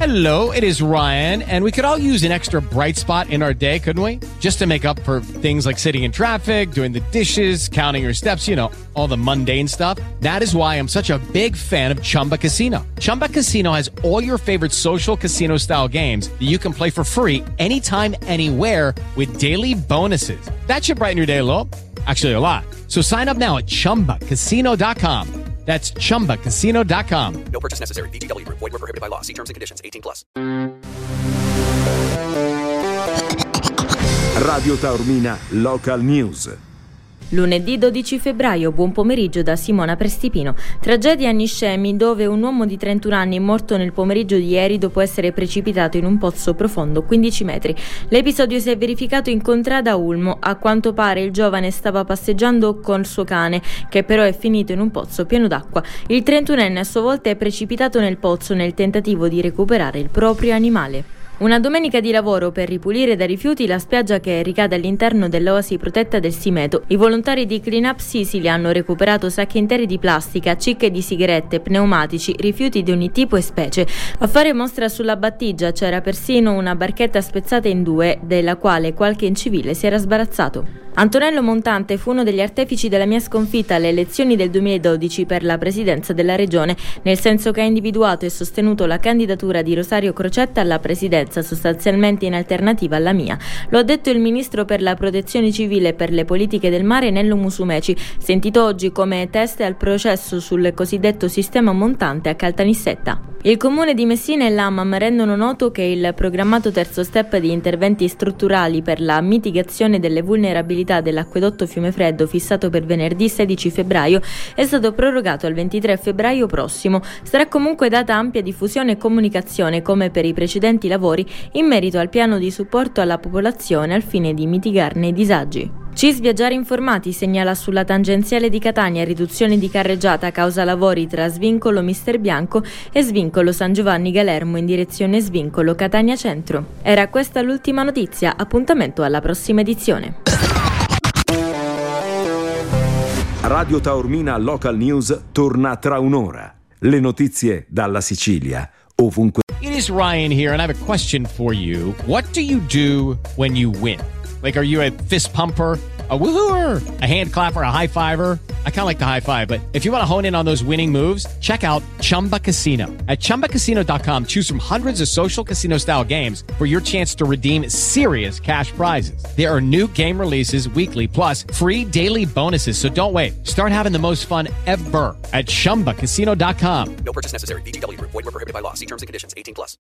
Hello, it is Ryan, and we could all use an extra bright spot in our day, couldn't we? Just to make up for things like sitting in traffic, doing the dishes, counting your steps, you know, all the mundane stuff. That is why I'm such a big fan of Chumba Casino. Chumba Casino has all your favorite social casino-style games that you can play for free anytime, anywhere with daily bonuses. That should brighten your day a little. Actually, a lot. So sign up now at ChumbaCasino.com. That's ChumbaCasino.com. No purchase necessary. VGW Group. Void where prohibited by law. See terms and conditions. 18+. Radio Taormina Local News. Lunedì 12 febbraio, buon pomeriggio da Simona Prestipino. Tragedia a Niscemi, dove un uomo di 31 anni è morto nel pomeriggio di ieri dopo essere precipitato in un pozzo profondo 15 metri. L'episodio si è verificato in contrada Ulmo. A quanto pare il giovane stava passeggiando col suo cane, che però è finito in un pozzo pieno d'acqua. Il 31enne a sua volta è precipitato nel pozzo nel tentativo di recuperare il proprio animale. Una domenica di lavoro per ripulire da rifiuti la spiaggia che ricade all'interno dell'oasi protetta del Simeto. I volontari di Clean Up Sicily hanno recuperato sacchi interi di plastica, cicche di sigarette, pneumatici, rifiuti di ogni tipo e specie. A fare mostra sulla battigia c'era persino una barchetta spezzata in due, della quale qualche incivile si era sbarazzato. Antonello Montante fu uno degli artefici della mia sconfitta alle elezioni del 2012 per la presidenza della regione, nel senso che ha individuato e sostenuto la candidatura di Rosario Crocetta alla presidenza, sostanzialmente in alternativa alla mia. Lo ha detto il ministro per la protezione civile e per le politiche del mare Nello Musumeci, sentito oggi come teste al processo sul cosiddetto sistema montante a Caltanissetta. Il comune di Messina e l'AMAM rendono noto che il programmato terzo step di interventi strutturali per la mitigazione delle vulnerabilità dell'acquedotto Fiumefreddo, fissato per venerdì 16 febbraio, è stato prorogato al 23 febbraio prossimo. Sarà comunque data ampia diffusione e comunicazione, come per i precedenti lavori, in merito al piano di supporto alla popolazione al fine di mitigarne i disagi. CIS Viaggiare Informati segnala sulla tangenziale di Catania riduzione di carreggiata a causa lavori tra Svincolo Mister Bianco e Svincolo San Giovanni Galermo in direzione Svincolo Catania Centro. Era questa l'ultima notizia, appuntamento alla prossima edizione. Radio Taormina Local News torna tra un'ora. Le notizie dalla Sicilia, ovunque. It is Ryan here, and I have a question for you. What do you do when you win? Like, are you a fist pumper, a woohooer, a hand clapper, a high fiver? I kind of like the high five, but if you want to hone in on those winning moves, check out Chumba Casino. At ChumbaCasino.com, choose from hundreds of social casino-style games for your chance to redeem serious cash prizes. There are new game releases weekly, plus free daily bonuses, so don't wait. Start having the most fun ever at ChumbaCasino.com. No purchase necessary. VGW Group. Void where prohibited by law. See terms and conditions. 18+.